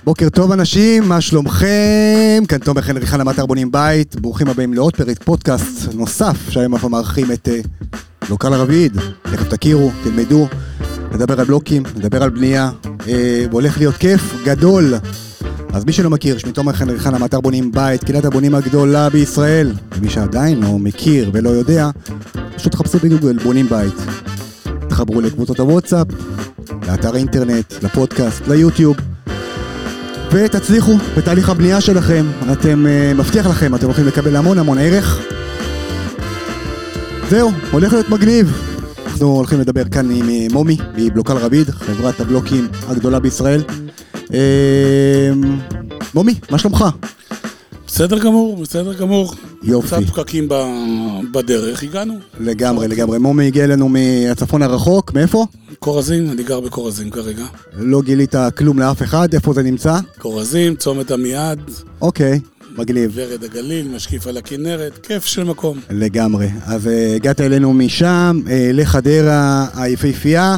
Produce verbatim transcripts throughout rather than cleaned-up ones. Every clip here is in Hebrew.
בוקר טוב אנשים, מה שלומכם? כאן תומר חן ריחן למטר בונים בית, ברוכים הבאים לעוד פרק פודקאסט נוסף שהיום אנחנו מארחים את בלוקל רביד. תכף תכירו, תלמדו, נדבר על בלוקים, נדבר על בנייה, אה, והולך להיות כיף גדול. אז מי שלא מכיר, שמי תומר חן ריחן למטר בונים בית, קהילת הבונים הגדולה בישראל. ומי שעדיין לא מכיר ולא יודע, פשוט חפשו בגוגל בונים בית. תחברו לקבוצות הוואטסאפ, לאתר האינטרנט, לפודקאסט, ליוטיוב, ותצליחו בתהליך הבנייה שלכם. אתם, uh, מבטיח לכם, אתם הולכים לקבל המון המון ערך. זהו, הולך להיות מגניב. אנחנו הולכים לדבר כאן עם מומי, מבלוקל רביד, חברת הבלוקים הגדולה בישראל. Uh, מומי, מה שלומך? בסדר גמור, בסדר גמור. יופי. קצת פקקים בדרך, הגענו. לגמרי, לגמרי. מומי הגיע אלינו מהצפון הרחוק, מאיפה? קורזים, אני גר בקורזים כרגע. לא גילית כלום לאף אחד, איפה זה נמצא? קורזים, צומת עמיעד. אוקיי, מגניב. ורד הגליל, משקיף על הכנרת, כיף של מקום. לגמרי. אז הגעת אלינו משם, לחדרה היפהפייה,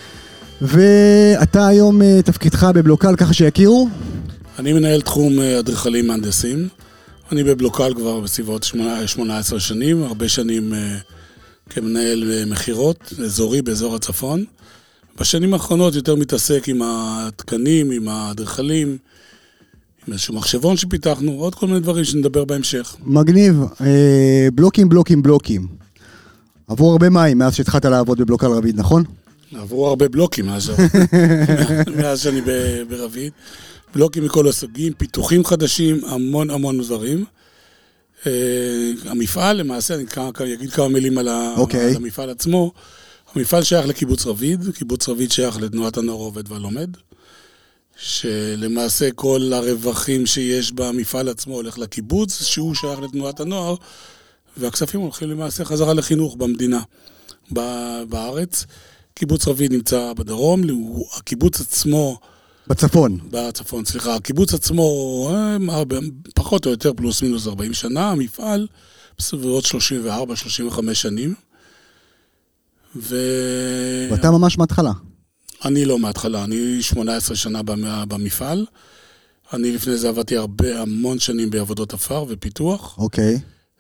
ואתה היום תפקידך בבלוקל ככה שיכירו? אני מנהל תחום אדריכלים מהנדסים. אני בבלוקל כבר בסביבות שמונה עשרה שנים, הרבה שנים כמנהל מחירות, אזורי באזור הצפון. בשנים האחרונות יותר מתעסק עם התקנים, עם האדריכלים, עם איזשהו מחשבון שפיתחנו, עוד כל מיני דברים שנדבר בהמשך. מגניב. בלוקים, בלוקים, בלוקים. עברו הרבה מים מאז שהתחלת לעבוד בבלוקל רביד, נכון? עברו הרבה בלוקים מאז, מאז שאני ברביד. בלוקים מכל הסוגים, פיתוחים חדשים, המון המון דברים. Uh, המפעל, למעשה, אני אגיד כמה מילים על, okay. על המפעל עצמו. המפעל שייך לקיבוץ רביד, קיבוץ רביד שייך לתנועת הנוער עובד והלומד, שלמעשה כל הרווחים שיש במפעל עצמו הולך לקיבוץ, שהוא שייך לתנועת הנוער, והכספים הולכים למעשה חזרה לחינוך במדינה, בארץ. קיבוץ רביד נמצא בדרום, הקיבוץ עצמו, בצפון. בצפון, סליחה. הקיבוץ עצמו, פחות או יותר פלוס מינוס ארבעים שנה, המפעל בסביבות שלושים וארבע שלושים וחמש שנים. ו... ואתה ממש מההתחלה? אני לא מההתחלה, אני שמונה עשרה שנה במפעל. אני לפני זה עבדתי הרבה, המון שנים בעבודות אפר ופיתוח. אוקיי.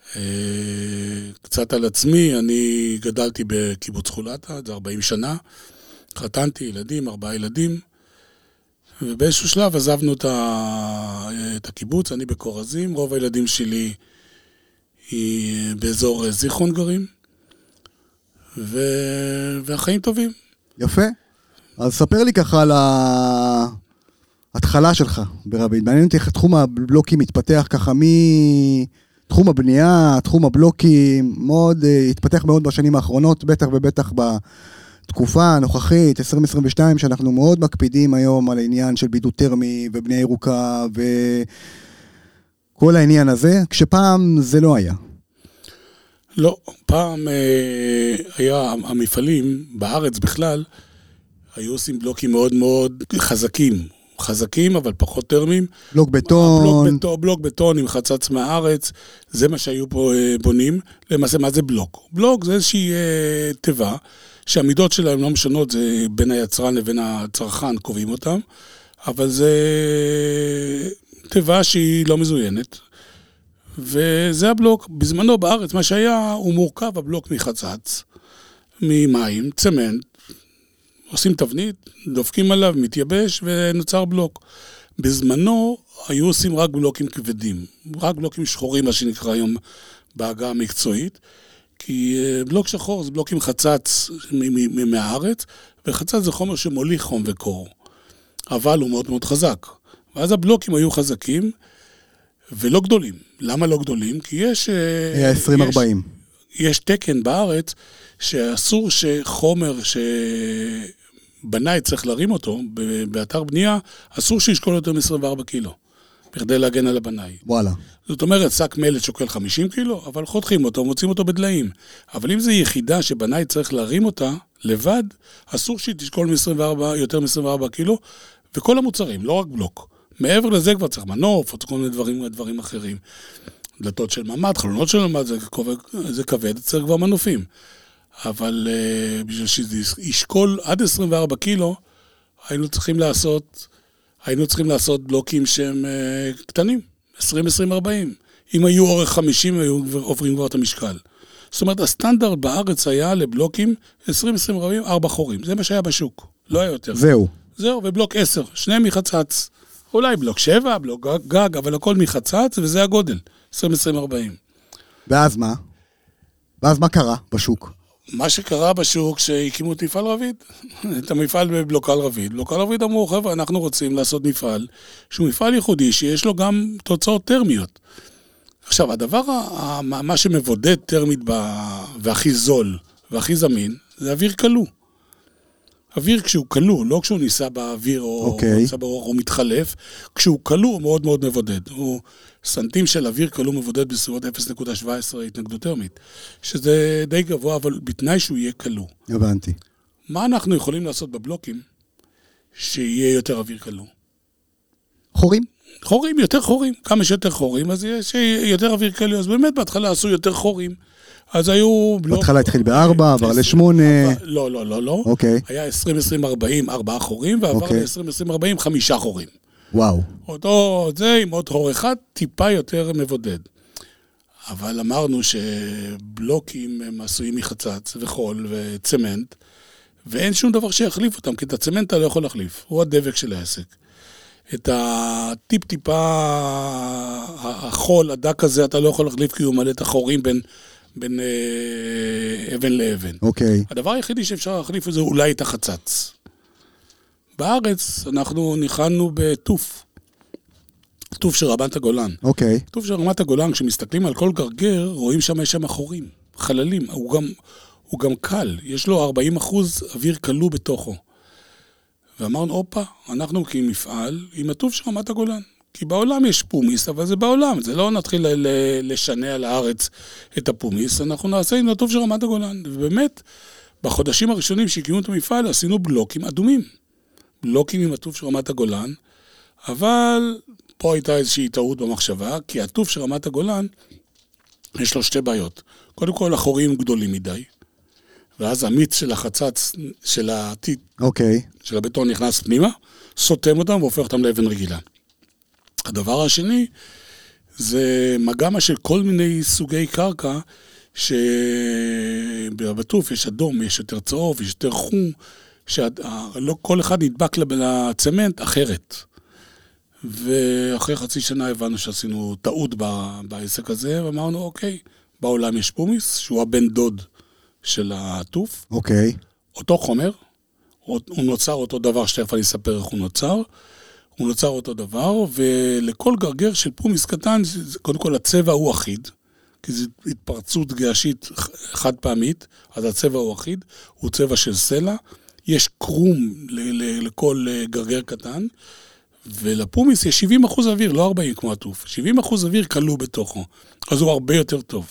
קצת על עצמי, אני גדלתי בקיבוץ חולתה, זה ארבעים שנה. חתנתי ילדים, ארבעה ילדים. ובאיזשהו שלב עזבנו את הקיבוץ, אני בקורזים, רוב הילדים שלי היא באזור זיכרון גרים, והחיים טובים. יפה. אז ספר לי ככה על ההתחלה שלך ברביד. מעניין אותי איך תחום הבלוקים מתפתח ככה מתחום הבנייה, תחום הבלוקים, מאוד, התפתח מאוד בשנים האחרונות, בטח ובטח ב... תקופה הנוכחית, עשרים עשרים ושתיים, שאנחנו מאוד מקפידים היום על העניין של בידוד טרמי ובנייה ירוקה וכל העניין הזה, כשפעם זה לא היה. לא, פעם אה, היה, המפעלים בארץ בכלל, היו עושים בלוקים מאוד מאוד חזקים, חזקים אבל פחות טרמיים. בלוק בטון. בלוק בטון, בלוק בטון עם חצץ מהארץ, זה מה שהיו פה אה, בונים. למעשה, מה זה בלוק? בלוק זה איזושהי אה, טבע, שהמידות שלהם לא משנות, זה בין היצרן לבין הצרכן קובעים אותם, אבל זה טבע שהיא לא מזוינת, וזה הבלוק. בזמנו בארץ, מה שהיה, הוא מורכב, הבלוק מחצץ, ממים, צמנט, עושים תבנית, דופקים עליו, מתייבש, ונוצר בלוק. בזמנו היו עושים רק בלוקים כבדים, רק בלוקים שחורים, מה שנקרא היום בהגה המקצועית, כי בלוק שחור זה בלוק עם חצץ מהארץ, וחצץ זה חומר שמוליך חום וקור, אבל הוא מאוד מאוד חזק. ואז הבלוקים היו חזקים ולא גדולים. למה לא גדולים? כי יש... היה עשרים ארבעים. יש תקן בארץ שאסור שחומר שבנאי צריך להרים אותו באתר בנייה, אסור שישקול יותר מ-עשרים וארבע קילו. בכדי להגן על הבנאי. וואלה. זאת אומרת, שק מלט שוקל חמישים קילו, אבל חותכים אותו, מוצאים אותו בדליים. אבל אם זו יחידה שבנאי צריך להרים אותה לבד, אסור שהיא תשקול מ-עשרים וארבע, יותר מ-עשרים וארבע קילו, וכל המוצרים, לא רק בלוק. מעבר לזה כבר צריך מנוף, או כל מיני דברים, דברים אחרים. דלתות של ממד, חלונות של ממד, זה, זה כבד, צריך כבר מנופים. אבל uh, בשביל שזה ישקול עד עשרים וארבע קילו, היינו צריכים לעשות היינו צריכים לעשות בלוקים שהם uh, קטנים, עשרים עשרים ארבעים. אם היו אורך חמישים, היו עוברים כבר את המשקל. זאת אומרת, הסטנדרט בארץ היה לבלוקים עשרים עשרים ארבעים, ארבע חורים. זה מה שהיה בשוק, לא היה יותר. זהו. זהו, ובלוק עשר, שניהם מחצץ. אולי בלוק שבע, בלוק גג, אבל הכל מחצץ, וזה הגודל, עשרים עשרים ארבעים. ואז מה? ואז מה קרה בשוק? מה שקרה בשוק, שהקימו את מפעל רביד, את המפעל בבלוקל רביד. בלוקל רביד אמרו, חבר'ה, אנחנו רוצים לעשות מפעל, שהוא מפעל ייחודי, שיש לו גם תוצאות טרמיות. עכשיו, הדבר, מה שמבודד טרמית והכי זול והכי זמין, זה אוויר קלו. אוויר כשהוא קלו, לא כשהוא ניסה באוויר או, okay. ניסה באור, או מתחלף, כשהוא קלו הוא מאוד מאוד מבודד. הוא סנטים של אוויר קלו מבודד בסביבות אפס נקודה שבע עשרה התנגדות טרמית, שזה די גבוה, אבל בתנאי שהוא יהיה קלו. הבנתי. מה אנחנו יכולים לעשות בבלוקים שיהיה יותר אוויר קלו? חורים? חורים, יותר חורים. כמה שיותר חורים, אז יש יותר אוויר קלו. אז באמת בהתחלה עשו יותר חורים. אז היו... בהתחלה התחיל בארבע, עבר לשמונה. לא, לא, לא, לא. אוקיי. היה עשרים עשרים ארבעים, ארבעה חורים, ועבר ל-עשרים עשרים ארבעים, חמישה חורים. וואו. אותו, זה עם עוד חור אחד, טיפה יותר מבודד. אבל אמרנו שבלוקים הם עשויים מחצץ וחול וצמנט, ואין שום דבר שיחליף אותם, כי את הצמנט אתה לא יכול להחליף. הוא הדבק של העסק. את הטיפ-טיפה, החול, הדק הזה, אתה לא יכול להחליף, כי הוא מלא את החורים בין... בין אה, אבן לאבן. אוקיי. Okay. הדבר היחידי שאפשר להחליף זה אולי את החצץ. בארץ אנחנו ניחנו בטוף. טוף של רמת הגולן. אוקיי. Okay. טוף של רמת הגולן, כשמסתכלים על כל גרגר, רואים שם יש שם חורים, חללים. הוא גם, הוא גם קל. יש לו ארבעים אחוז אוויר קלו בתוכו. ואמרנו, אופה, אנחנו כמפעל עם הטוף של רמת הגולן. כי בעולם יש פומיס, אבל זה בעולם, זה לא נתחיל לשנע לארץ את הפומיס, אנחנו נעשה עם הטוב של רמת הגולן. ובאמת, בחודשים הראשונים שהקימו את המפעל, עשינו בלוקים אדומים. בלוקים עם הטוב של רמת הגולן, אבל פה הייתה איזושהי טעות במחשבה, כי הטוב של רמת הגולן, יש לו שתי בעיות. קודם כל, החורים גדולים מדי, ואז המיץ של החצץ, של העתיד, אוקיי. של הבטון נכנס פנימה, סותם אותם והופך אותם לאבן רגילה. הדבר השני, זה מגמה של כל מיני סוגי קרקע, שבטוף יש אדום, יש יותר צהוב, יש יותר חום, שלא כל אחד נדבק לצמנט אחרת. ואחרי חצי שנה הבנו שעשינו טעות בעסק הזה, ואמרנו, אוקיי, בעולם יש פומיס, שהוא הבן דוד של הטוף. אוקיי. אותו חומר, הוא נוצר אותו דבר, שתכף אני אספר איך הוא נוצר, הוא נוצר אותו דבר, ולכל גרגר של פומיס קטן, קודם כל הצבע הוא אחיד, כי זו התפרצות געשית חד פעמית, אז הצבע הוא אחיד, הוא צבע של סלע, יש קרום לכל גרגר קטן, ולפומיס יש שבעים אחוז אוויר, לא ארבעים כמו הטוף, שבעים אחוז אוויר קלו בתוכו, אז הוא הרבה יותר טוב.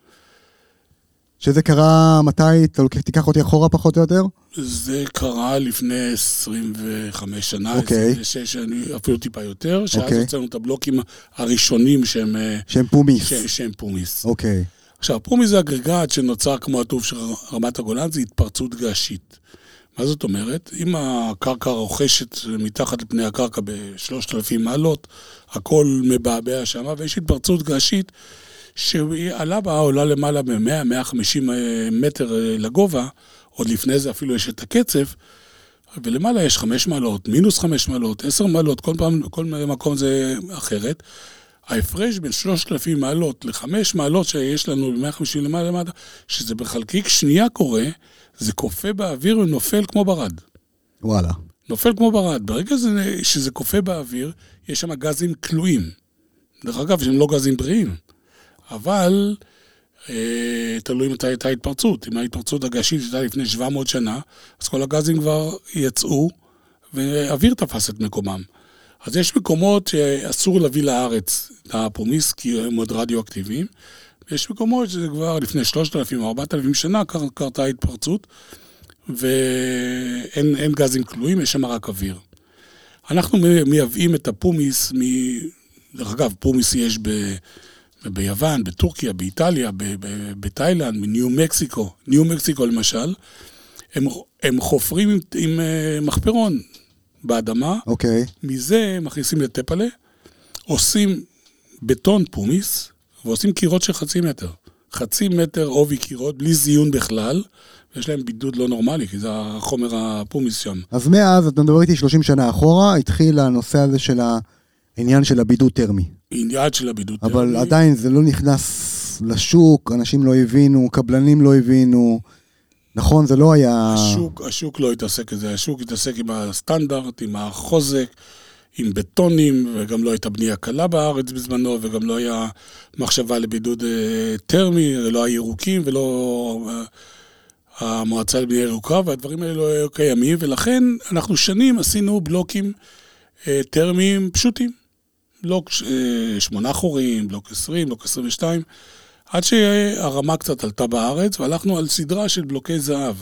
שזה קרה מתי? תיקח אותי אחורה פחות או יותר? זה קרה לפני עשרים וחמש שנה, אוקיי. עשרים ושש, אפילו טיפה יותר, שאז אוקיי. הוצאנו את הבלוקים הראשונים שהם... שהם פומיס. ש, שהם פומיס. אוקיי. עכשיו, פומיס זה אגרגט שנוצר כמו הטוף של רמת הגולן, זה התפרצות געשית. מה זאת אומרת? אם הקרקע רוכשת מתחת לפני הקרקע ב-שלושת אלפים מעלות, הכל מבעבע שם, ויש התפרצות געשית, שעלה בה, עולה למעלה ב-מאה עד מאה וחמישים מטר לגובה, עוד לפני זה אפילו יש את הקצב, ולמעלה יש חמש מעלות, מינוס חמש מעלות, עשר מעלות, כל פעם, כל מקום זה אחרת. ההפרש בין שלושת אלפים מעלות לחמש מעלות שיש לנו ב-מאה וחמישים למעלה למעלה, שזה בחלקיק שנייה קורה, זה קופה באוויר ונופל כמו ברד. וואלה. נופל כמו ברד. ברגע זה, שזה קופה באוויר, יש שם גזים כלואים. דרך אגב, שהם לא גזים בריאים. אבל אה, תלוי מתי הייתה התפרצות. אם ההתפרצות הגעשית הייתה לפני שבע מאות שנה, אז כל הגזים כבר יצאו, ואוויר תפס את מקומם. אז יש מקומות שאסור להביא לארץ את הפומיס, כי הם מאוד רדיואקטיביים, ויש מקומות שזה כבר לפני שלושת אלפים או ארבעת אלפים שנה קרתה התפרצות, ואין אין גזים כלואים, יש שם רק אוויר. אנחנו מייבאים את הפומיס, מ... דרך אגב, פומיס יש ב... ביוון, בטורקיה, באיטליה, בתאילנד, מניו מקסיקו, ניו מקסיקו למשל, הם, הם חופרים עם, עם מחפרון, באדמה, אוקיי. מזה מכניסים לטפלה, עושים בטון פומיס, ועושים קירות של חצי מטר. חצי מטר עובי קירות, בלי זיון בכלל, ויש להם בידוד לא נורמלי, כי זה החומר הפומיס שם. אז מאז, אתה מדבר איתי שלושים שנה אחורה, התחיל הנושא הזה של העניין של הבידוד טרמי. עניין של הבידוד אבל טרמי. אבל עדיין זה לא נכנס לשוק, אנשים לא הבינו, קבלנים לא הבינו, נכון, זה לא היה... השוק, השוק לא התעסק בזה, השוק התעסק עם הסטנדרט, עם החוזק, עם בטונים, וגם לא הייתה בנייה קלה בארץ בזמנו, וגם לא היה מחשבה לבידוד אה, טרמי, לא היה ירוקים, ולא אה, המועצה לבנייה ירוקה, והדברים האלה לא היו קיימים, ולכן אנחנו שנים עשינו בלוקים אה, טרמיים פשוטים. בלוק אה, שמונה חורים, בלוק עשרים, בלוק עשרים ושתיים, עד שהרמה קצת עלתה בארץ, והלכנו על סדרה של בלוקי זהב.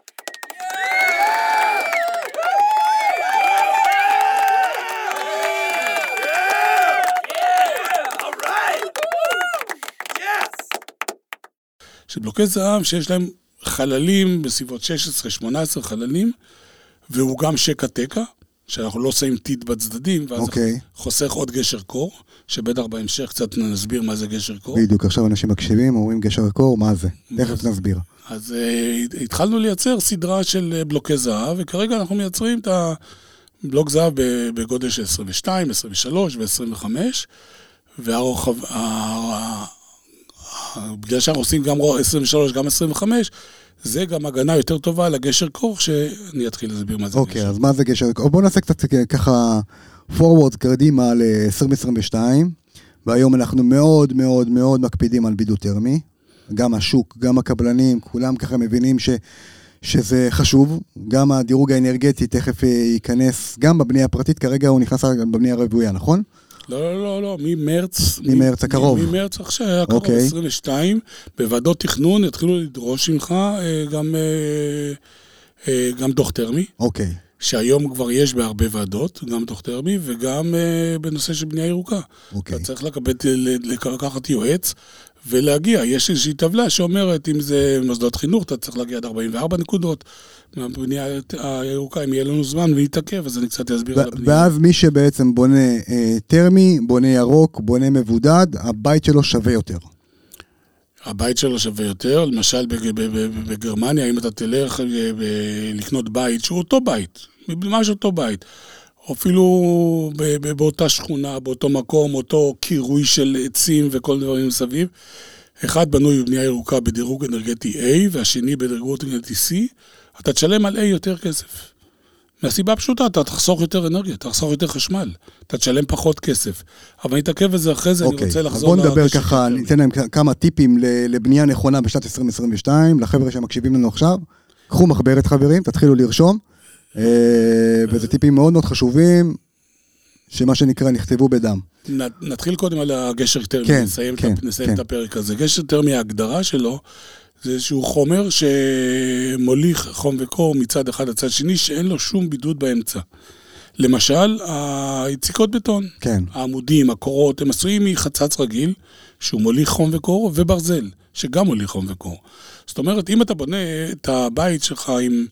של בלוקי זהב שיש להם חללים בסביבות שש עשרה שמונה עשרה חללים, והוא גם שקע-תקע, שאנחנו לא עושים טיט בצדדים, ואז okay. חוסך עוד גשר קור, שבטח בהמשך קצת נסביר מה זה גשר קור. בדיוק, עכשיו אנשים מקשיבים, אומרים גשר קור, מה זה? תכף נסביר. אז uh, התחלנו לייצר סדרה של בלוקי זהב, וכרגע אנחנו מייצרים את הבלוק זהב בגודל של עשרים ושתיים, עשרים ושלוש ו-עשרים וחמש, והרוחב... בגלל שאנחנו עושים גם עשרים ושלוש, גם עשרים וחמש, זה גם הגנה יותר טובה לגשר קור, שאני אתחיל להסביר מה זה okay, גשר. אוקיי, אז מה זה גשר קור? בואו נעשה קצת ככה forward קדימה ל-עשרים עשרים ושתיים, והיום אנחנו מאוד מאוד מאוד מקפידים על בידוד טרמי, גם השוק, גם הקבלנים, כולם ככה מבינים ש, שזה חשוב, גם הדירוג האנרגטי תכף ייכנס, גם בבנייה הפרטית, כרגע הוא נכנס בבנייה רבויה, נכון? לא, לא, לא, לא, ממרץ. ממרץ הקרוב. ממרץ עכשיו, הקרוב עשרים ושתיים, בוועדות תכנון יתחילו לדרוש ממך גם, גם דוח טרמי. אוקיי. שהיום כבר יש בהרבה ועדות, גם דוח טרמי, וגם בנושא של בנייה ירוקה. אוקיי. אתה צריך לקחת יועץ ולהגיע. יש איזושהי טבלה שאומרת, אם זה מוסדות חינוך, אתה צריך להגיע עד ארבעים וארבע נקודות. מהבנייה הירוקה, אם יהיה לנו זמן ויתעכב, אז אני קצת אסביר על הבנייה. ואז מי שבעצם בונה טרמי, בונה ירוק, בונה מבודד, הבית שלו שווה יותר. הבית שלו שווה יותר, למשל בגרמניה, אם אתה תלך לקנות בית, שהוא אותו בית, ממש אותו בית, אפילו באותה שכונה, באותו מקום, אותו קירוי של עצים וכל דברים מסביב, אחד בנוי בבנייה ירוקה בדירוג אנרגטי A, והשני בדירוג אנרגטי C, אתה תשלם על A יותר כסף. מהסיבה פשוטה, אתה תחסוך יותר אנרגיה, אתה תחסוך יותר חשמל, אתה תשלם פחות כסף. אבל אני אתעכב את זה אחרי זה, okay. אני רוצה לחזור... בוא נדבר ככה, ניתן להם כמה טיפים לבנייה נכונה בשנת עשרים עשרים ושתיים, לחבר'ה שמקשיבים לנו עכשיו. קחו מחברת חברים, תתחילו לרשום, וזה טיפים מאוד מאוד חשובים, שמה שנקרא נכתבו בדם. נתחיל קודם על הגשר טרמי, כן, נסיים, כן, את, נסיים כן. את הפרק הזה. גשר טרמי, ההגדרה שלו, זה איזשהו חומר שמוליך חום וקור מצד אחד לצד שני, שאין לו שום בידוד באמצע. למשל, היציקות בטון, כן. העמודים, הקורות, הם עשויים מחצץ רגיל, שהוא מוליך חום וקור, וברזל, שגם מוליך חום וקור. זאת אומרת, אם אתה בונה את הבית שלך עם...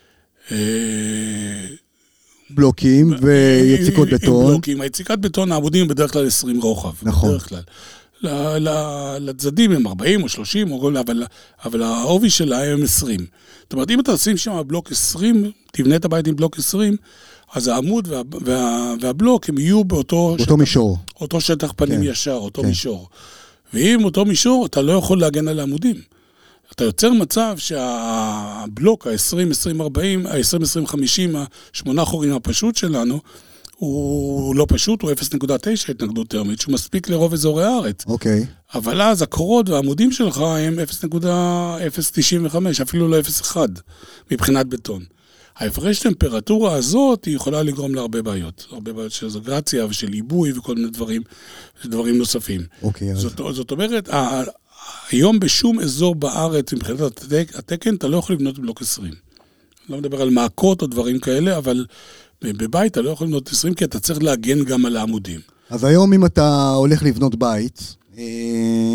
בלוקים ויציקות בטון. עם בלוקים, היציקת בטון, העמודים בדרך כלל עשרים רוחב. נכון. בדרך כלל. לצדדים הם ארבעים או שלושים, אבל, אבל העובי שלה הם עשרים. זאת אומרת, אם אתה עושים שם בלוק עשרים, תבנה את הבית עם בלוק עשרים, אז העמוד וה, וה, והבלוק הם יהיו באותו... אותו שטח, מישור. אותו שטח פנים כן. ישר, אותו כן. מישור. ואם אותו מישור, אתה לא יכול להגן על העמודים. אתה יוצר מצב שהבלוק, ה-עשרים עשרים ארבעים, ה-עשרים עשרים חמישים, השמונה חורים הפשוט שלנו, הוא לא פשוט, הוא אפס נקודה תשע התנגדות טרמית, שהוא מספיק לרוב אזורי הארץ. אוקיי. אבל אז הקורות והעמודים שלך הם אפס נקודה אפס תשעים וחמש, אפילו לא אפס נקודה אחת, מבחינת בטון. ההפרש טמפרטורה הזאת היא יכולה לגרום להרבה בעיות. הרבה בעיות של זוגרציה ושל עיבוי וכל מיני דברים, דברים נוספים. אוקיי. זאת, אז... זאת אומרת, ה- היום בשום אזור בארץ, מבחינת התק, התקן, אתה לא יכול לבנות בלוק עשרים. לא מדבר על מעקות או דברים כאלה, אבל בבית אתה לא יכול לבנות עשרים, כי אתה צריך להגן גם על העמודים. אז היום אם אתה הולך לבנות בית,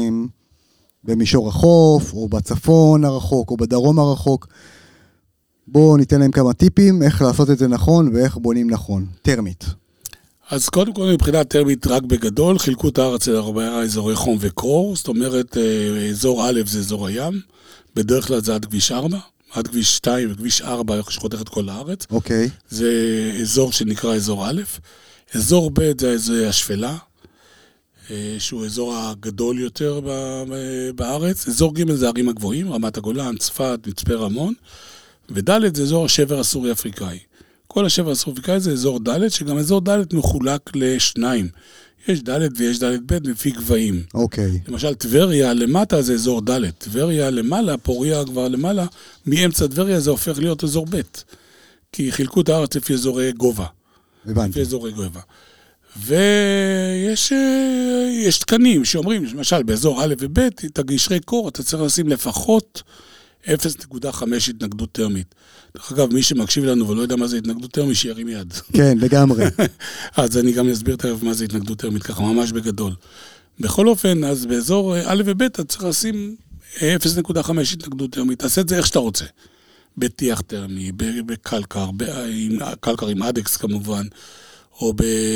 במישור החוף, או בצפון הרחוק, או בדרום הרחוק, בואו ניתן להם כמה טיפים, איך לעשות את זה נכון, ואיך בונים נכון. טרמית. אז קודם כל מבחינת טרמית רק בגדול, חילקו את הארץ לארבעה אזורי חום וקור, זאת אומרת, אזור א' זה אזור הים, בדרך כלל זה עד כביש ארבע, עד כביש שתיים וכביש ארבע, שחותך את כל הארץ. אוקיי. זה אזור שנקרא אזור א', אזור ב' זה השפלה, שהוא אזור הגדול יותר בארץ, אזור ג' זה הערים הגבוהים, רמת הגולן, צפת, מצפה רמון, וד' זה אזור השבר הסורי-אפריקאי. כל השבר הסורי-אפריקאי זה אזור ד', שגם אזור ד' מחולק לשניים. יש ד' ויש ד' ב' לפי גבהים. אוקיי. למשל, טבריה למטה זה אזור ד', טבריה למעלה, פוריה כבר למעלה, מאמצע טבריה זה הופך להיות אזור ב', כי חילקו את הארץ לפי אזורי גובה. הבנתי. לפי אזורי גובה. ויש יש תקנים שאומרים, למשל, באזור א' וב', את הגשרי קור, אתה צריך לשים לפחות אפס נקודה חמש התנגדות טרמית. דרך אגב, מי שמקשיב לנו ולא יודע מה זה התנגדות טרמית, שירים יד. כן, לגמרי. אז אני גם אסביר תכף מה זה התנגדות טרמית, ככה ממש בגדול. בכל אופן, אז באזור א' וב' אתה צריך לשים אפס נקודה חמש התנגדות טרמית. תעשה את זה איך שאתה רוצה. בטיח טרמי, בקלקר, קלקר עם אדקס כמובן, או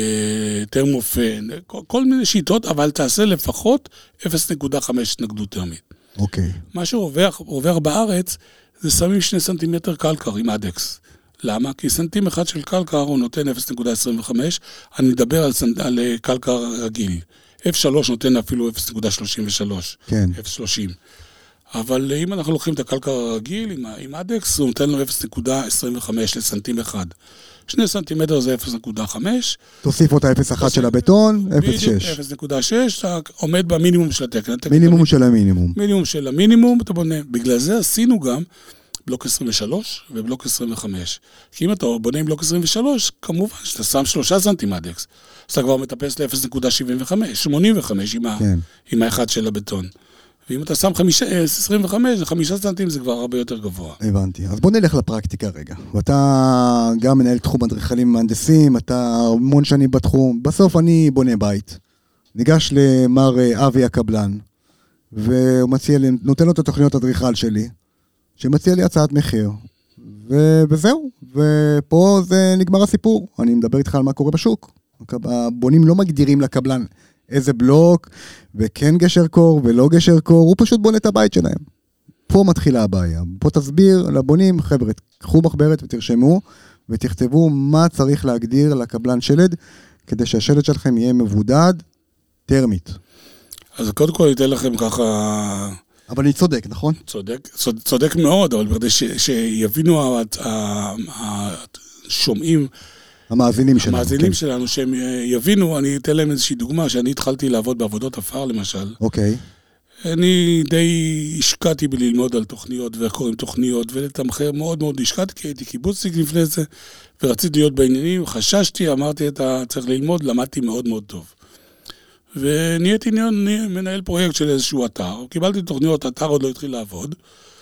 בטרמופן, כל מיני שיטות, אבל תעשה לפחות אפס נקודה חמש התנגדות טרמית. אוקיי. מה שעובר בארץ, זה שמים שני סנטימטר קלקר עם אדקס. למה? כי סנטימטר אחד של קלקר הוא נותן אפס נקודה עשרים וחמש, אני מדבר על, סנט... על קלקר רגיל. אף שלוש נותן אפילו אפס נקודה שלושים ושלוש. כן. אף שלושים. אבל אם אנחנו לוקחים את הקלקר הרגיל עם, עם אדקס, הוא נותן לו אפס נקודה עשרים וחמש לסנטימטר אחד. שני סנטימטר זה אפס נקודה חמש. תוסיפו את ה-אפס נקודה אחת של הבטון, אפס נקודה שש. אפס נקודה שש, אתה עומד במינימום של התקן. מינימום של המינימום. מינימום של המינימום, אתה בונה. בגלל זה עשינו גם בלוק עשרים ושלוש ובלוק עשרים וחמש. כי אם אתה בונה עם בלוק עשרים ושלוש, כמובן שאתה שם שלושה סנטים אדקס. אז אתה כבר מטפס ל-אפס נקודה שבעים וחמש, שמונים וחמש עם, כן. ה, עם האחד של הבטון. ואם אתה שם עשרים וחמש, חמישה סנטים זה כבר הרבה יותר גבוה. הבנתי. אז בוא נלך לפרקטיקה רגע. ואתה גם מנהל תחום אדריכלים ומהנדסים, אתה המון שנים בתחום. בסוף אני בונה בית. ניגש למר אבי הקבלן, והוא מציע לי, נותן לו את התוכניות אדריכל שלי, שמציע לי הצעת מחיר. וזהו. ופה זה נגמר הסיפור. אני מדבר איתך על מה קורה בשוק. הבונים לא מגדירים לקבלן איזה בלוק, וכן גשר קור ולא גשר קור, הוא פשוט בונה את הבית שלהם. פה מתחילה הבעיה. פה תסביר לבונים, חבר'ה, קחו מחברת ותרשמו, ותכתבו מה צריך להגדיר לקבלן שלד, כדי שהשלד שלכם יהיה מבודד טרמית. אז קודם כל ניתן לכם ככה... אבל אני צודק, נכון? צודק, צודק מאוד, אבל בכדי שיבינו השומעים, המאזינים שלנו. המאזינים שלנו, שהם יבינו, אני אתן להם איזושהי דוגמה, שאני התחלתי לעבוד בעבודות אפר, למשל. אוקיי. אני די השקעתי בללמוד על תוכניות, ואיך קוראים תוכניות, ולתמחר מאוד מאוד השקעתי, כי הייתי קיבוצניק לפני זה, ורציתי להיות בעניינים, חששתי, אמרתי, אתה צריך ללמוד, למדתי מאוד מאוד טוב. ונהייתי מנהל פרויקט של איזשהו אתר, קיבלתי תוכניות, אתר עוד לא התחיל לעבוד,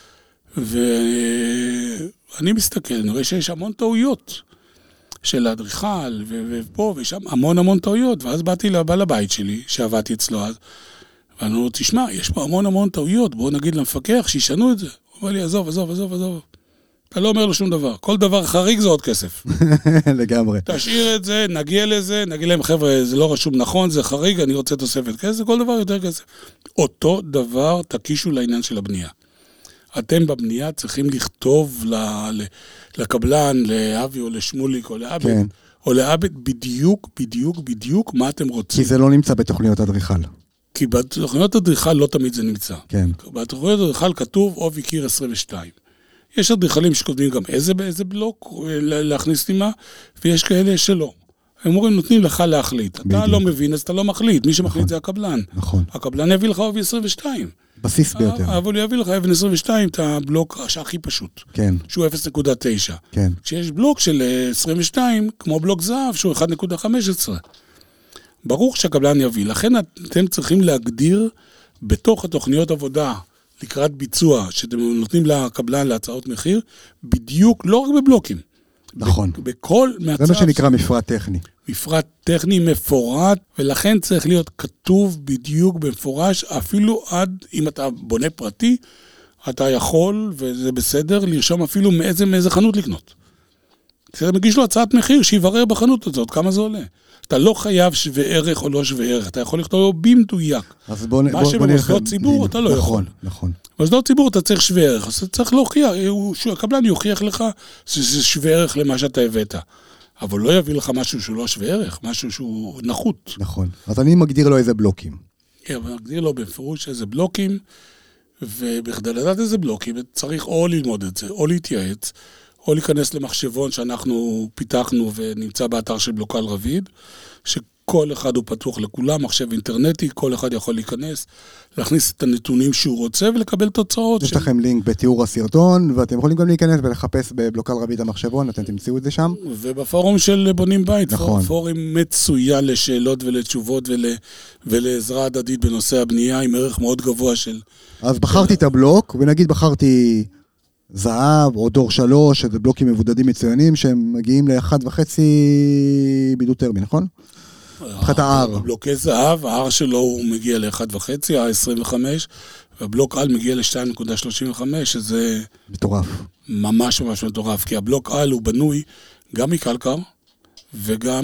ואני מסתכל, אני רואה שיש המון טעויות, של האדריכל, ופה ושם המון המון טעויות, ואז באתי לבעל הבית שלי, שעבדתי אצלו אז, ואני אומר, תשמע, יש פה המון המון טעויות, בואו נגיד למפקח, שישנו את זה. הוא אומר לי, עזוב, עזוב, עזוב, עזוב. אתה לא אומר לו שום דבר. כל דבר חריג זה עוד כסף. לגמרי. תשאיר את זה, נגיע לזה, נגיד להם, חבר'ה, זה לא רשום נכון, זה חריג, אני רוצה תוספת כסף, כל דבר יותר כסף. אותו דבר תקישו לעניין של הבנייה. אתם בבנייה צריכים לכתוב לקבלן, לאבי או לשמוליק או לאבד, כן. או לאבד בדיוק, בדיוק, בדיוק מה אתם רוצים. כי זה לא נמצא בתוכניות אדריכל. כי בתוכניות אדריכל לא תמיד זה נמצא. כן. בתוכניות אדריכל כתוב עובי קיר עשרים ושתיים. יש אדריכלים שכותבים גם איזה באיזה בלוק להכניס נימה, ויש כאלה שלא. הם אומרים, נותנים לך להחליט. בדיוק. אתה לא מבין, אז אתה לא מחליט. מי שמחליט נכון. זה הקבלן. נכון. הקבלן יביא לך עובי עשרים ושתיים. בסיס ביותר. אבל הוא יביא לך אבן עשרים ושתיים, את הבלוק שהכי פשוט. כן. שהוא אפס נקודה תשע. כן. כשיש בלוק של עשרים ושתיים, כמו בלוק זהב, שהוא אחת נקודה חמש עשרה. ברור שהקבלן יביא. לכן אתם צריכים להגדיר בתוך התוכניות עבודה, לקראת ביצוע, שאתם נותנים לקבלן להצעות מחיר, בדיוק, לא רק בבלוקים. נכון. בכל מהצב... זה מה שנקרא מפרט טכני. מפרט טכני מפורט, ולכן צריך להיות כתוב בדיוק במפורש, אפילו עד, אם אתה בונה פרטי, אתה יכול, וזה בסדר, לרשום אפילו מאיזה, מאיזה חנות לקנות. אתה מגיש לו הצעת מחיר, שיברר בחנות הזאת, כמה זה עולה. אתה לא חייב שווה ערך או לא שווה ערך, אתה יכול לכתוב לו במדויק. אז בוא, מה בוא, שבמוסדות ציבור, אתה לא נכון, יכול. נכון. במוסדות ציבור אתה צריך שווה ערך, אז אתה צריך להוכיח, הקבלן יוכיח לך שזה שווה ערך למה שאתה הבאת. אבל לא יביא לך משהו שהוא לא שווה ערך, משהו שהוא נחות. נכון. אז אני מגדיר לו איזה בלוקים. כן, אבל מגדיר לו בפירוש איזה בלוקים, ובכדי לדעת איזה בלוקים, צריך או ללמוד את זה, או להתייעץ, או להיכנס למחשבון שאנחנו פיתחנו ונמצא באתר של בלוקל רביד, שכל אחד הוא פתוח לכולם, מחשב אינטרנטי, כל אחד יכול להיכנס, להכניס את הנתונים שהוא רוצה ולקבל תוצאות. יש לכם לינק בתיאור הסרטון, ואתם יכולים גם להיכנס ולחפש בבלוקל רביד המחשבון, אתם תמצאו את זה שם. ובפורום של בונים בית, נכון. פורום מצוין לשאלות ולתשובות ול, ולעזרה הדדית בנושא הבנייה, עם ערך מאוד גבוה של... אז בחרתי את הבלוק, ונגיד בחרתי זהב או דור שלוש, שזה בלוקים מבודדים מצוינים, שהם מגיעים לאחד וחצי בידוד טרמי, נכון? מבחינת ה-R. בלוקי זהב, ה-R שלו הוא מגיע ל-אחד וחצי, ה-עשרים וחמש, והבלוק על מגיע ל-שתיים נקודה שלושים וחמש, שזה... מטורף. ממש ממש מטורף, כי הבלוק על הוא בנוי גם מקלקר, וגם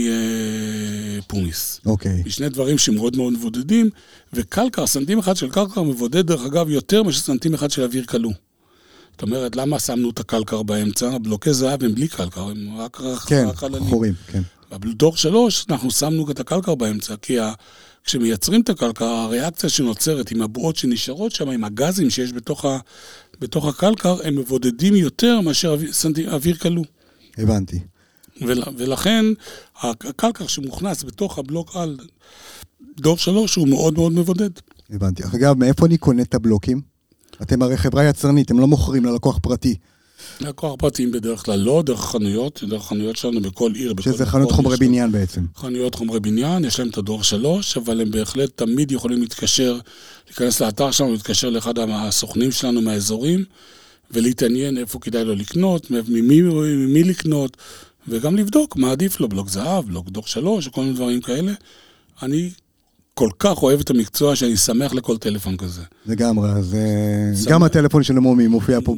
מפומיס. אוקיי. משני דברים שמאוד מאוד מבודדים, וקלקר, סנטים אחד של קלקר מבודד, דרך אגב, יותר משל סנטים אחד של אוויר קלו. זאת אומרת, למה שמנו את הקלקר באמצע? הבלוקי זהב הם בלי קלקר, הם רק כן, חללים. חורים, כן. בדור שלוש אנחנו שמנו את הקלקר באמצע, כי ה... כשמייצרים את הקלקר, הריאקציה שנוצרת עם הבועות שנשארות שם, עם הגזים שיש בתוך, ה... בתוך הקלקר, הם מבודדים יותר מאשר אוויר, סנטים, אוויר קלו. הבנתי. ול... ולכן, הקלקר שמוכנס בתוך הבלוק על דור שלוש הוא מאוד מאוד מבודד. הבנתי. אגב, מאיפה אני קונה את הבלוקים? אתם הרי חברה יצרנית, אתם לא מוכרים ללקוח פרטי. לקוח פרטיים בדרך כלל לא, דרך חנויות, דרך חנויות שלנו בכל עיר. שזה חנות חומרי בניין בעצם. חנויות חומרי בניין, יש להם את הדור שלוש, אבל הם בהחלט תמיד יכולים להתקשר, להיכנס לאתר שלנו, להתקשר לאחד הסוכנים שלנו מהאזורים, ולהתעניין איפה כדאי לו לקנות, ממי, ממי לקנות, וגם לבדוק מה עדיף לו, בלוק זהב, בלוק דור שלוש, כל מיני דברים כאלה. אני כל כך אוהב את המקצוע שאני שמח לכל טלפון כזה. לגמרי, אז גם הטלפון של מומי מופיע פה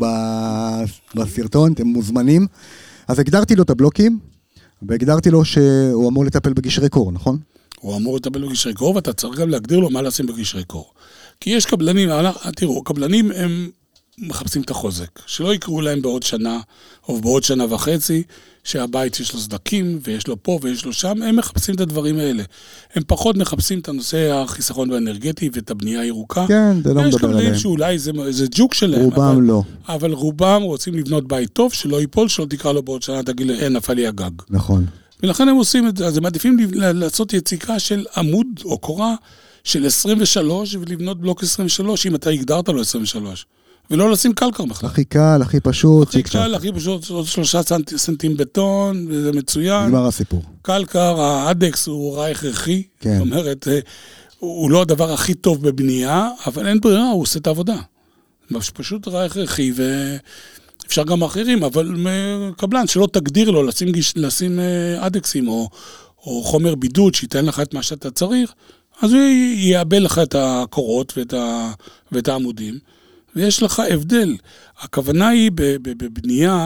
בסרטון, אתם מוזמנים. אז הגדרתי לו את הבלוקים, והגדרתי לו שהוא אמור לטפל בגשרי קור, נכון? הוא אמור לטפל בגשרי קור, ואתה צריך גם להגדיר לו מה לשים בגשרי קור. כי יש קבלנים, תראו, קבלנים הם מחפשים את החוזק, שלא יקראו להם בעוד שנה, או בעוד שנה וחצי, שהבית יש לו סדקים, ויש לו פה ויש לו שם, הם מחפשים את הדברים האלה. הם פחות מחפשים את הנושא החיסכון באנרגטי, ואת הבנייה הירוקה. כן, זה לא מדבר עליהם. יש קבלנים שאולי זה, זה ג'וק שלהם. רובם אבל, לא. אבל רובם רוצים לבנות בית טוב, שלא ייפול, שלא תקרא לו בעוד שנה, תגיד, אין, נפל לי הגג. נכון. ולכן הם עושים את זה, אז הם מעדיפים לעשות יציקה של עמוד או קורה, של עשרים ושלוש, ולבנות בלוק עשרים ושלוש, אם אתה הגדרת לו עשרים ושלוש. ולא לשים קלקר בכלל. הכי קל, הכי פשוט. הכי קל, הכי פשוט, עוד שלושה סנטים בטון, וזה מצוין. נגמר הסיפור. קלקר, האדקס הוא רע הכרחי. כן. זאת אומרת, הוא לא הדבר הכי טוב בבנייה, אבל אין ברירה, הוא עושה את העבודה. פשוט רע הכרחי, ואפשר גם אחרים, אבל קבלן שלא תגדיר לו לשים, לשים אדקסים, או, או חומר בידוד שייתן לך את מה שאתה צריך, אז הוא יאבל לך את הקורות ואת, ה, ואת העמודים. ויש לך הבדל. הכוונה היא בבנייה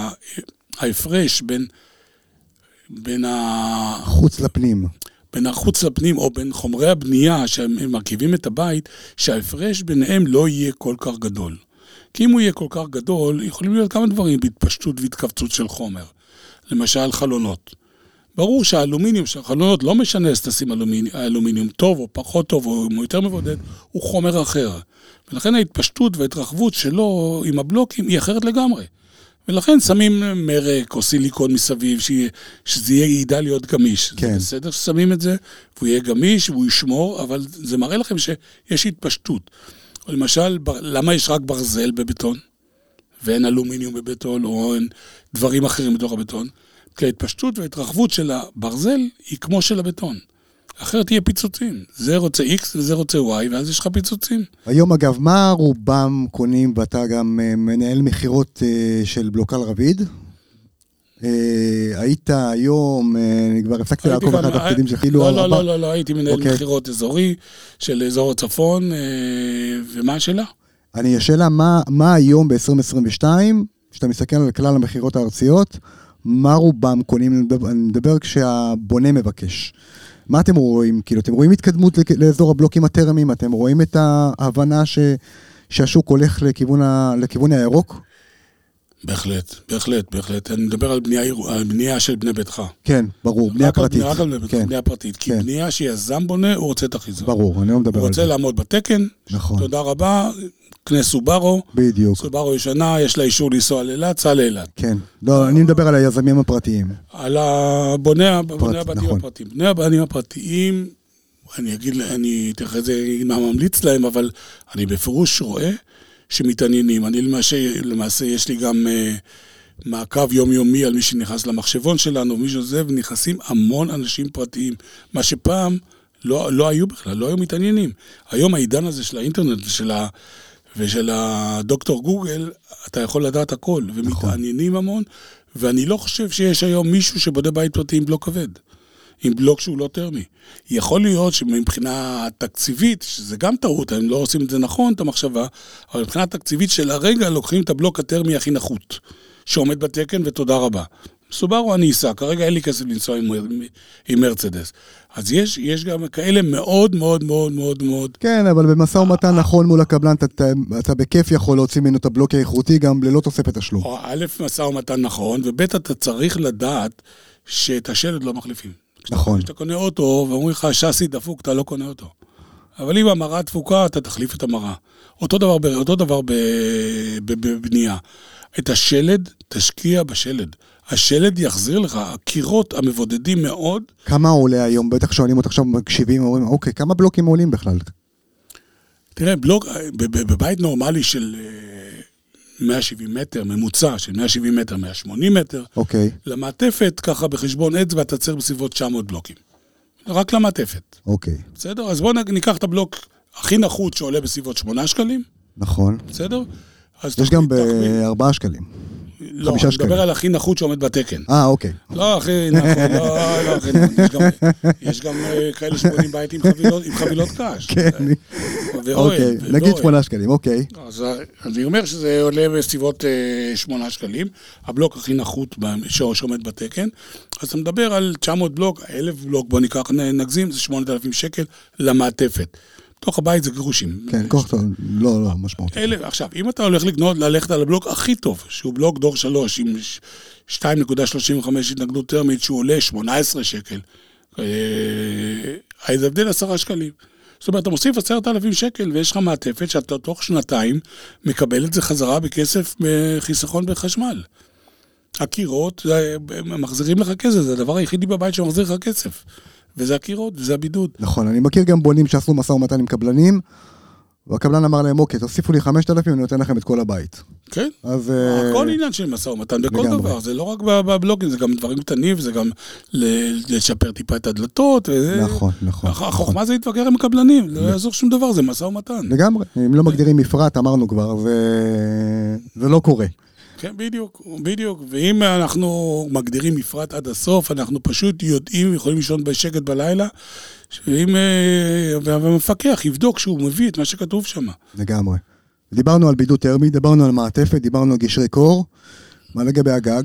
שההפרש בין, בין ה... חוץ לפנים. בין החוץ לפנים או בין חומרי הבנייה שהם מרכיבים את הבית, שההפרש ביניהם לא יהיה כל כך גדול. כי אם הוא יהיה כל כך גדול, יכולים להיות כמה דברים בהתפשטות והתכווצות של חומר. למשל חלונות. ברור שהאלומיניום של החלונות לא משנה אז תשים אלומיניום, האלומיניום טוב או פחות טוב או יותר מבודד, הוא חומר אחר. ולכן ההתפשטות וההתרחבות שלו עם הבלוקים היא אחרת לגמרי. ולכן שמים מרק או סיליקון מסביב, שזה יהיה ידע להיות גמיש. כן. זה בסדר ששמים את זה, והוא יהיה גמיש והוא ישמור, אבל זה מראה לכם שיש התפשטות. או למשל, למה יש רק ברזל בבטון, ואין אלומיניום בבטון, או אין דברים אחרים בתוך הבטון? כי ההתפשטות וההתרחבות של הברזל היא כמו של הבטון. אחרת יהיה פיצוצים. זה רוצה X וזה רוצה Y, ואז יש לך פיצוצים. היום אגב, מה רובם קונים, ואתה גם מנהל מחירות של בלוקל רביד? היית היום, אני כבר הפסקתי לעקוב אחת התפקידים שחילו. לא, לא, לא, לא, הייתי מנהל מחירות אזורי של אזור הצפון, ומה השאלה? אני השאלה, מה, מה היום ב-עשרים עשרים ושתיים, כשאתה מסתכל על כלל המחירות הארציות, מה רובם קונים, אני מדבר, אני מדבר כשהבונה מבקש. מה אתם רואים? כאילו, אתם רואים התקדמות לאזור הבלוקים הטרמיים, אתם רואים את ההבנה ש, שהשוק הולך לכיוון, ה, לכיוון הירוק? בהחלט, בהחלט, בהחלט. אני מדבר על בנייה, על בנייה של בני ביתך. כן, ברור, בנייה פרטית. רק על בני ביתך, כן. בנייה פרטית. כי כן. בנייה שיזם בונה, הוא רוצה את החיזוק. ברור, אני לא מדבר על זה. הוא רוצה לעמוד בתקן. נכון. תודה רבה. קנה סובארו. בדיוק. סובארו ישנה, יש לה אישור לנסוע לאילת, סע לאילת. כן. לא, אני מדבר על היזמים הפרטיים. על הבונה, הבונה הבתים נכון. הפרטיים. בני הבנים הפרטיים, אני אגיד, אני אתייחס את זה, מה ממליץ להם, אבל אני בפירוש רואה שמתעניינים. אני למעשה, למעשה יש לי גם uh, מעקב יומיומי על מי שנכנס למחשבון שלנו, ומי שעוזב, ונכנסים המון אנשים פרטיים, מה שפעם לא, לא היו בכלל, לא היו מתעניינים. היום העידן הזה של האינטרנט ושל, ה, ושל הדוקטור גוגל, אתה יכול לדעת הכל, ומתעניינים המון, ואני לא חושב שיש היום מישהו שבודה בית פרטי עם בלוק כבד. עם בלוק שהוא לא טרמי. יכול להיות שמבחינה תקציבית, שזה גם טעות, הם לא עושים את זה נכון, את המחשבה, אבל מבחינה תקציבית של הרגע לוקחים את הבלוק הטרמי הכי נחות, שעומד בתקן ותודה רבה. סובארו אני אסע, כרגע אין לי כסף לנסוע עם, עם מרצדס. אז יש, יש גם כאלה מאוד מאוד מאוד מאוד מאוד. כן, אבל במשא ומתן נכון מול הקבלן, אתה, אתה בכיף יכול להוציא ממנו את הבלוק האיכותי גם ללא תוספת תשלום. א', משא ומתן נכון, וב' אתה צריך לדעת שאת השלד לא מחליפים. נכון. כשאתה קונה אוטו, ואומרים לך, שסי דפוק, אתה לא קונה אותו. אבל אם המראה דפוקה, אתה תחליף את המראה. אותו דבר, אותו דבר בבנייה. את השלד, תשקיע בשלד. השלד יחזיר לך, הקירות המבודדים מאוד. כמה עולה היום? בטח שואלים אותך עכשיו, מקשיבים, אומרים, אוקיי, כמה בלוקים עולים בכלל? תראה, בלוק, בבית נורמלי של מאה ושבעים מטר, ממוצע של מאה ושבעים מטר, מאה ושמונים מטר, אוקיי. למעטפת, ככה בחשבון אצבע, אתה צריך בסביבות תשע מאות בלוקים. רק למעטפת. אוקיי. בסדר? אז בואו ניקח את הבלוק הכי נחות שעולה בסביבות שמונה שקלים. נכון. בסדר? יש גם בארבעה שקלים. לא, אני מדבר על הכי נחות שעומד בתקן. אה, אוקיי. לא, הכי נחות, לא, לא, הכי נחות. יש גם כאלה שבונים בית עם חבילות קש. כן. אוקיי, נגיד שמונה שקלים, אוקיי. אז אני אומר שזה עולה בסביבות שמונה שקלים, הבלוק הכי נחות שעומד בתקן, אז אתה מדבר על תשע מאות בלוק, אלף בלוק, בוא ניקח, נגזים, זה שמונת אלפים שקל למעטפת. תוך הבית זה גרושים. כן, כוח טוב, לא, לא, משמעות. עכשיו, אם אתה הולך לקנות, ללכת על הבלוק הכי טוב, שהוא בלוק דור שלוש, עם שתיים נקודה שלושים וחמש התנגדות טרמית, שהוא עולה שמונה עשרה שקל, אז הבדל עשרה שקלים. זאת אומרת, אתה מוסיף עשרת אלפים שקל, ויש לך מעטפת שאתה תוך שנתיים מקבל את זה חזרה בכסף בחיסכון בחשמל. הקירות, מחזירים לך כסף, זה הדבר היחידי בבית שמחזיר לך כסף. וזה הקירות, וזה הבידוד. נכון, אני מכיר גם בונים שעשו משא ומתן עם קבלנים, והקבלן אמר להם, אוקיי, תוסיפו לי חמשת אלפים, אני נותן לכם את כל הבית. כן. אז... הכל עניין של משא ומתן, בכל דבר. זה לא רק בבלוגים, זה גם דברים קטנים, זה גם לשפר טיפה את הדלתות. נכון, נכון. החוכמה זה להתווכח עם הקבלנים, לא יעזור שום דבר, זה משא ומתן. לגמרי, אם לא מגדירים מפרט, אמרנו כבר, זה לא קורה. כן, בדיוק, בדיוק. ואם אנחנו מגדירים מפרט עד הסוף, אנחנו פשוט יודעים, יכולים לישון בשקט בלילה, שאם המפקח יבדוק שהוא מביא את מה שכתוב שם. לגמרי. דיברנו על בידוד טרמי, דיברנו על מעטפת, דיברנו על גשרי קור. מה לגבי הגג?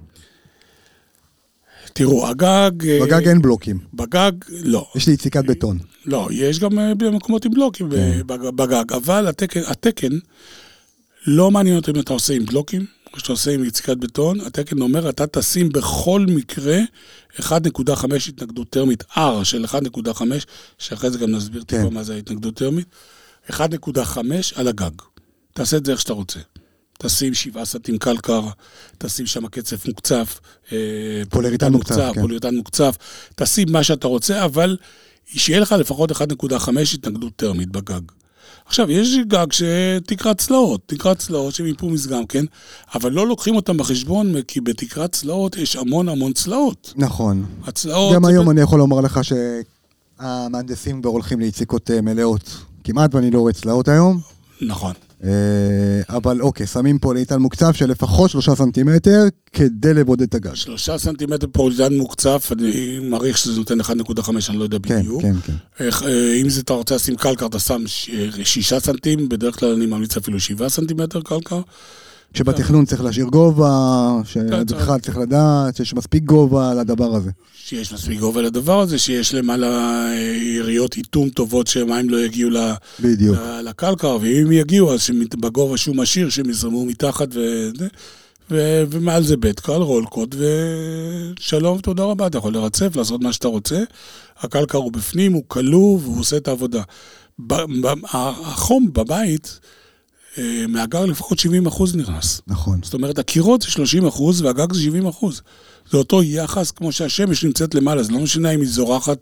תראו, הגג... בגג אין בלוקים. בגג, לא. יש לי יציקת בטון. לא, יש גם במקומות עם בלוקים בגג, אבל התקן, התקן לא מעניין אותם אם אתה עושה עם בלוקים, כשאתה עושה עם יציקת בטון, התקן אומר, אתה תשים בכל מקרה אחת נקודה חמש התנגדות טרמית, R של אחת נקודה חמש, שאחרי זה גם נסביר כן. טיפה מה זה ההתנגדות טרמית, אחת נקודה חמש על הגג. תעשה את זה איך שאתה רוצה. תשים שבעה סטים קלקר, תשים שם קצף מוקצף, פוליריטן מוקצף, כן. פוליריטן מוקצף, תשים מה שאתה רוצה, אבל שיהיה לך לפחות אחת נקודה חמש התנגדות טרמית בגג. עכשיו, יש גג שתקרת צלעות, תקרת צלעות שמיפו מסגם, כן? אבל לא לוקחים אותם בחשבון, כי בתקרת צלעות יש המון המון צלעות. נכון. הצלעות... גם היום אני יכול לומר לך שהמהנדסים כבר הולכים ליציקות מלאות. כמעט ואני לא רואה צלעות היום. נכון. אבל אוקיי, שמים פוליטן מוקצף של לפחות שלושה סנטימטר כדי לבודד את הגג. שלושה סנטימטר פוליטן מוקצף, אני מעריך שזה נותן אחד נקודה חמש, אני לא יודע בדיוק. כן, כן, כן. אם זה אתה רוצה לשים קלקר, אתה שם שישה סנטים, בדרך כלל אני ממליץ אפילו שבעה סנטימטר קלקר. כשבתכנון צריך להשאיר גובה, שהדחל צריך לדעת, שיש מספיק גובה לדבר הזה. שיש מספיק גובה לדבר הזה, שיש למעלה יריות איתום טובות שהמים לא יגיעו לקלקר, ואם יגיעו, אז בגובה שהוא משאיר, שהם יזרמו מתחת ומעל זה בית קל, רולקוד, ושלום, תודה רבה, אתה יכול לרצף, לעשות מה שאתה רוצה. הקלקר הוא בפנים, הוא כלוא, והוא עושה את העבודה. החום בבית, מהגג לפחות שבעים אחוז נכנס. נכון. זאת אומרת, הקירות זה שלושים אחוז והגג זה שבעים אחוז. זה אותו יחס כמו שהשמש נמצאת למעלה, זה לא משנה אם היא זורחת,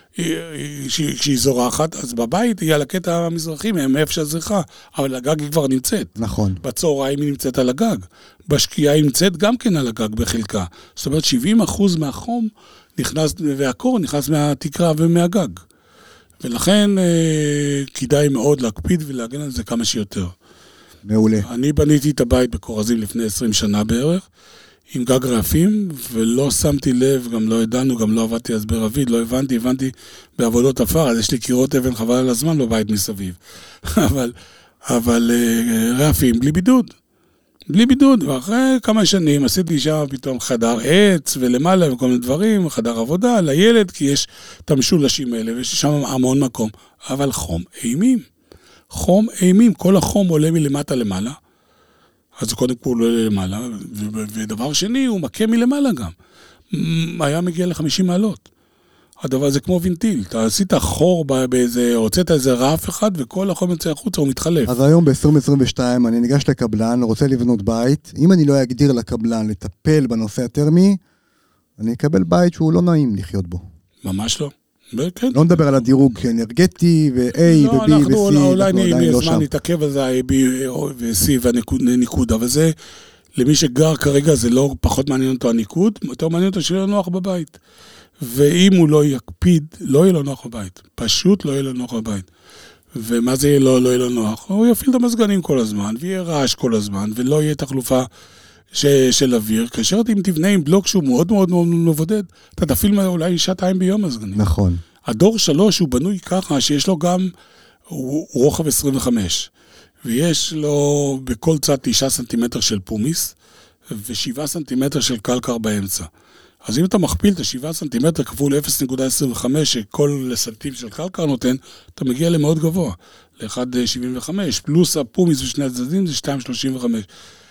כשהיא זורחת, אז בבית היא על הקטע המזרחי, מאיפה שהזריחה, אבל הגג היא כבר נמצאת. נכון. בצהריים היא נמצאת על הגג. בשקיעה היא נמצאת גם כן על הגג בחלקה. זאת אומרת, שבעים אחוז מהחום נכנס, והקור נכנס מהתקרה ומהגג. ולכן כדאי מאוד להקפיד ולהגן על זה כמה שיותר. מעולה. אני בניתי את הבית בקורזים לפני עשרים שנה בערך, עם גג רעפים, ולא שמתי לב, גם לא ידענו, גם לא עבדתי אז ברביד, לא הבנתי, הבנתי בעבודות עפר, אז יש לי קירות אבן חבל על הזמן בבית מסביב. אבל, אבל רעפים, בלי בידוד. בלי בידוד, ואחרי כמה שנים עשיתי שם פתאום חדר עץ ולמעלה וכל מיני דברים, חדר עבודה לילד, כי יש את המשולשים האלה, ויש שם המון מקום. אבל חום אימים. חום אימים, כל החום עולה מלמטה למעלה, אז קודם כל הוא עולה למעלה, ודבר שני, הוא מכה מלמעלה גם. היה מגיע ל-חמישים מעלות. הדבר הזה כמו וינטיל, אתה עשית חור באיזה, הוצאת איזה רעף אחד, וכל החום יוצא החוצה, הוא מתחלף. אז היום ב-עשרים עשרים ושתיים אני ניגש לקבלן, רוצה לבנות בית, אם אני לא אגדיר לקבלן לטפל בנושא הטרמי, אני אקבל בית שהוא לא נעים לחיות בו. ממש לא. לא נדבר על הדירוג אנרגטי, ו-A ו-B ו-C, אנחנו אולי נזמן נתעכב על זה, ה-A, B ו-C והניקוד, אבל זה, למי שגר כרגע, זה לא פחות מעניין אותו הניקוד, יותר מעניין אותו שיהיה לו נוח בבית. ואם הוא לא יקפיד, לא יהיה לו נוח בבית. פשוט לא יהיה לו נוח בבית. ומה זה לא, לא יהיה לו נוח? הוא יפעיל את המזגנים כל הזמן, ויהיה רעש כל הזמן, ולא יהיה תחלופה ש, של אוויר. כאשר אם תבנה עם בלוק שהוא מאוד מאוד מאוד מבודד, אתה תפעיל אולי שעתיים ביום מזגנים. נכון. הדור שלוש הוא בנוי ככה, שיש לו גם רוחב עשרים וחמש, ויש לו בכל צד תשעה סנטימטר של פומיס, ושבעה סנטימטר של קלקר באמצע. אז אם אתה מכפיל את ה-שבעה סנטימטר כפול אפס נקודה עשרים וחמש שכל סנטים של קלקר נותן, אתה מגיע למאוד גבוה, ל-אחד נקודה שבעים וחמש, פלוס הפומיס ושני הצדדים זה שתיים נקודה שלושים וחמש.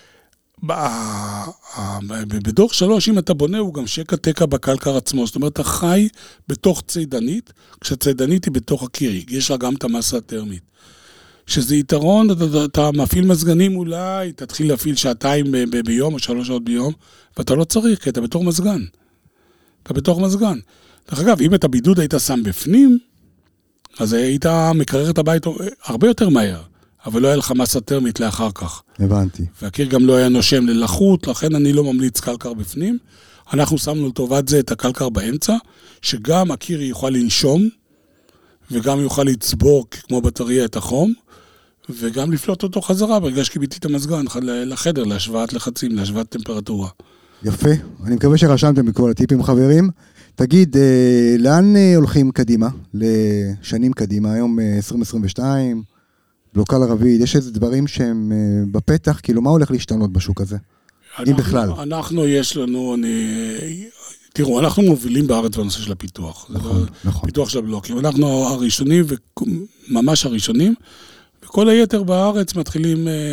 בדור שלוש, אם אתה בונה, הוא גם שקע תקע בקלקר עצמו, זאת אומרת, אתה חי בתוך צידנית, כשהצידנית היא בתוך הקיריג, יש לה גם את המסה הטרמית. שזה יתרון, אתה, אתה מפעיל מזגנים אולי, תתחיל להפעיל שעתיים ב- ב- ביום או שלוש שעות ביום, ואתה לא צריך, כי אתה בתוך מזגן. אתה בתוך מזגן. דרך אגב, אם את הבידוד היית שם בפנים, אז היית מקרר את הבית הרבה יותר מהר, אבל לא היה לך מסה טרמית לאחר כך. הבנתי. והקיר גם לא היה נושם ללחות, לכן אני לא ממליץ קלקר בפנים. אנחנו שמנו לטובת זה את הקלקר באמצע, שגם הקיר יוכל לנשום, וגם יוכל לצבור כמו בטריה את החום, וגם לפלוט אותו חזרה, ברגע שקיביתי את המזגן לחדר, להשוואת לחצים, להשוואת טמפרטורה. יפה, אני מקווה שרשמתם בכל הטיפים חברים. תגיד, אה, לאן אה, הולכים קדימה? לשנים קדימה, היום אה, עשרים עשרים ושתיים, בלוקל הרביד, יש איזה דברים שהם אה, בפתח, כאילו מה הולך להשתנות בשוק הזה? אנחנו, אם בכלל. אנחנו יש לנו, אני... תראו, אנחנו מובילים בארץ בנושא של הפיתוח. נכון, נכון. פיתוח של הבלוקים. אנחנו הראשונים, ממש הראשונים, וכל היתר בארץ מתחילים, אה,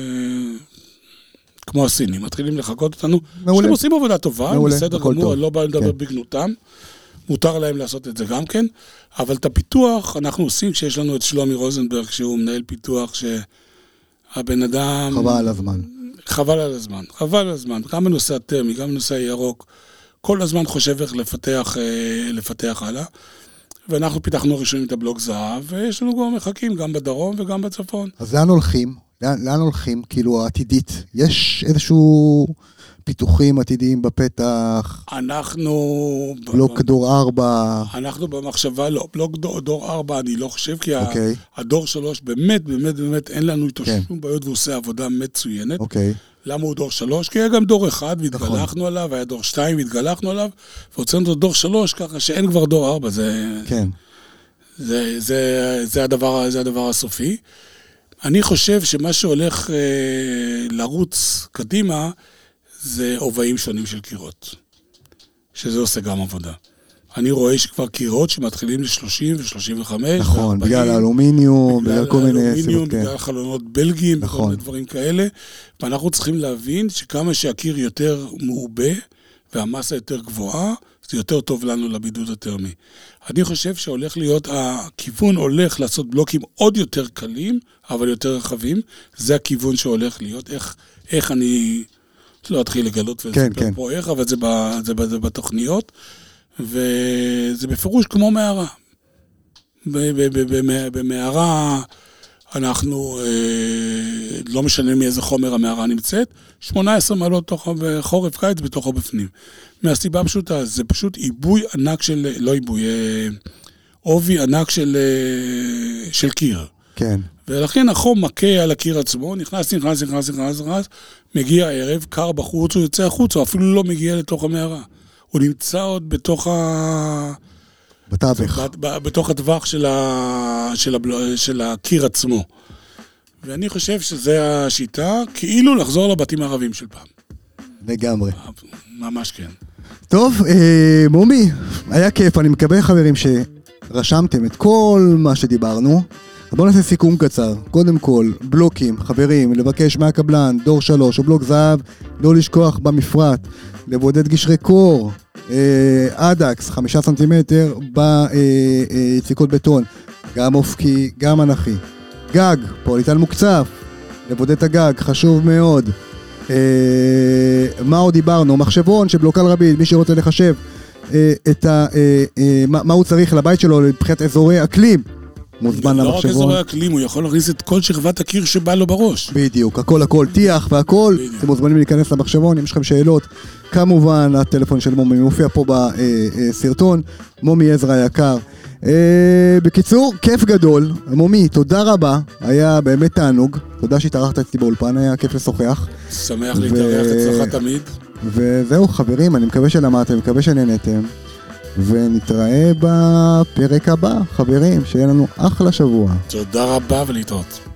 כמו הסינים, מתחילים לחכות אותנו. מעולה. שהם עושים עבודה טובה, מעולה, בסדר גמור, אני לא בא לדבר כן. בגנותם, מותר להם לעשות את זה גם כן, אבל את הפיתוח אנחנו עושים כשיש לנו את שלומי רוזנברג, שהוא מנהל פיתוח שהבן אדם... חבל על הזמן. חבל על הזמן, חבל על הזמן, גם בנושא הטרמי, גם בנושא הירוק, כל הזמן חושב איך לפתח, לפתח הלאה, ואנחנו פיתחנו ראשונים את הבלוק זהב, ויש לנו גם מחכים גם בדרום וגם בצפון. אז לאן הולכים? לאן, לאן הולכים, כאילו, העתידית? יש איזשהו פיתוחים עתידיים בפתח? אנחנו... בלוק דור ארבע? אנחנו במחשבה, לא, בלוק דור, דור ארבע אני לא חושב, כי אוקיי. הדור שלוש באמת, באמת, באמת, אין לנו איתו כן. שום בעיות, והוא עושה עבודה מצוינת. אוקיי. למה הוא דור שלוש? כי היה גם דור אחד, והתגלחנו נכון. עליו, היה דור שתיים, והתגלחנו עליו, והוצאנו את דור שלוש, ככה שאין כבר דור ארבע, זה... כן. זה, זה, זה הדבר, זה הדבר הסופי. אני חושב שמה שהולך אה, לרוץ קדימה, זה הובעים שונים של קירות. שזה עושה גם עבודה. אני רואה שכבר קירות שמתחילים ל-שלושים ו-שלושים וחמש. נכון, בגלל האלומיניום, בגלל כל מיני סיבות. בגלל חלונות בלגיים, וכל מיני דברים כאלה. ואנחנו צריכים להבין שכמה שהקיר יותר מעובה, והמסה יותר גבוהה, זה יותר טוב לנו לבידוד הטרמי. אני חושב שהולך להיות, הכיוון הולך לעשות בלוקים עוד יותר קלים, אבל יותר רחבים. זה הכיוון שהולך להיות. איך, איך אני... לא אתחיל לגלות כן, כן. פה איך, אבל זה, ב, זה, ב, זה בתוכניות, וזה בפירוש כמו מערה. במערה אנחנו אה, לא משנה מאיזה חומר המערה נמצאת, שמונה עשרה מעלות חורף קיץ בתוכו בפנים. מהסיבה פשוטה, זה פשוט עיבוי ענק של, לא עיבוי, אה, עובי ענק של, אה, של קיר. כן. ולכן החום מכה על הקיר עצמו, נכנס, נכנס, נכנס, נכנס, נכנס, מגיע הערב, קר בחוץ, הוא יוצא החוץ, הוא אפילו לא מגיע לתוך המערה. הוא נמצא עוד בתוך ה... בתווך. בתוך הטווח של, ה... של, הבל... של הקיר עצמו. ואני חושב שזה השיטה, כאילו לחזור לבתים הערבים של פעם. לגמרי. ממש כן. טוב, אה, מומי, היה כיף, אני מקווה חברים שרשמתם את כל מה שדיברנו. בואו נעשה סיכום קצר. קודם כל, בלוקים, חברים, לבקש מהקבלן, דור שלוש או בלוק זהב, לא לשכוח במפרט, לבודד גשרי קור, אה, אדקס, חמישה סנטימטר, ביציקות בטון, גם אופקי, גם אנכי. גג, פוליטל מוקצף, לבודד את הגג, חשוב מאוד. אה, מה עוד דיברנו? מחשבון שבלוקל רביד, מי שרוצה לחשב אה, את ה, אה, אה, מה, מה הוא צריך לבית שלו לבחינת אזורי אקלים, מוזמן למחשבון. לא רק אזורי אקלים, הוא יכול להכניס את כל שכבת הקיר שבא לו בראש. בדיוק, הכל הכל, טיח והכל. אתם מוזמנים להיכנס למחשבון, אם יש לכם שאלות. כמובן, הטלפון של מומי מופיע פה בסרטון. מומי עזרא היקר. בקיצור, כיף גדול. מומי, תודה רבה. היה באמת תענוג. תודה שהתארחת אצלי באולפן, היה כיף לשוחח. שמח להתארח אצלך תמיד. וזהו, חברים, אני מקווה שלמדתם, מקווה שנהנתם. ונתראה בפרק הבא, חברים, שיהיה לנו אחלה שבוע. תודה רבה ולהתראות.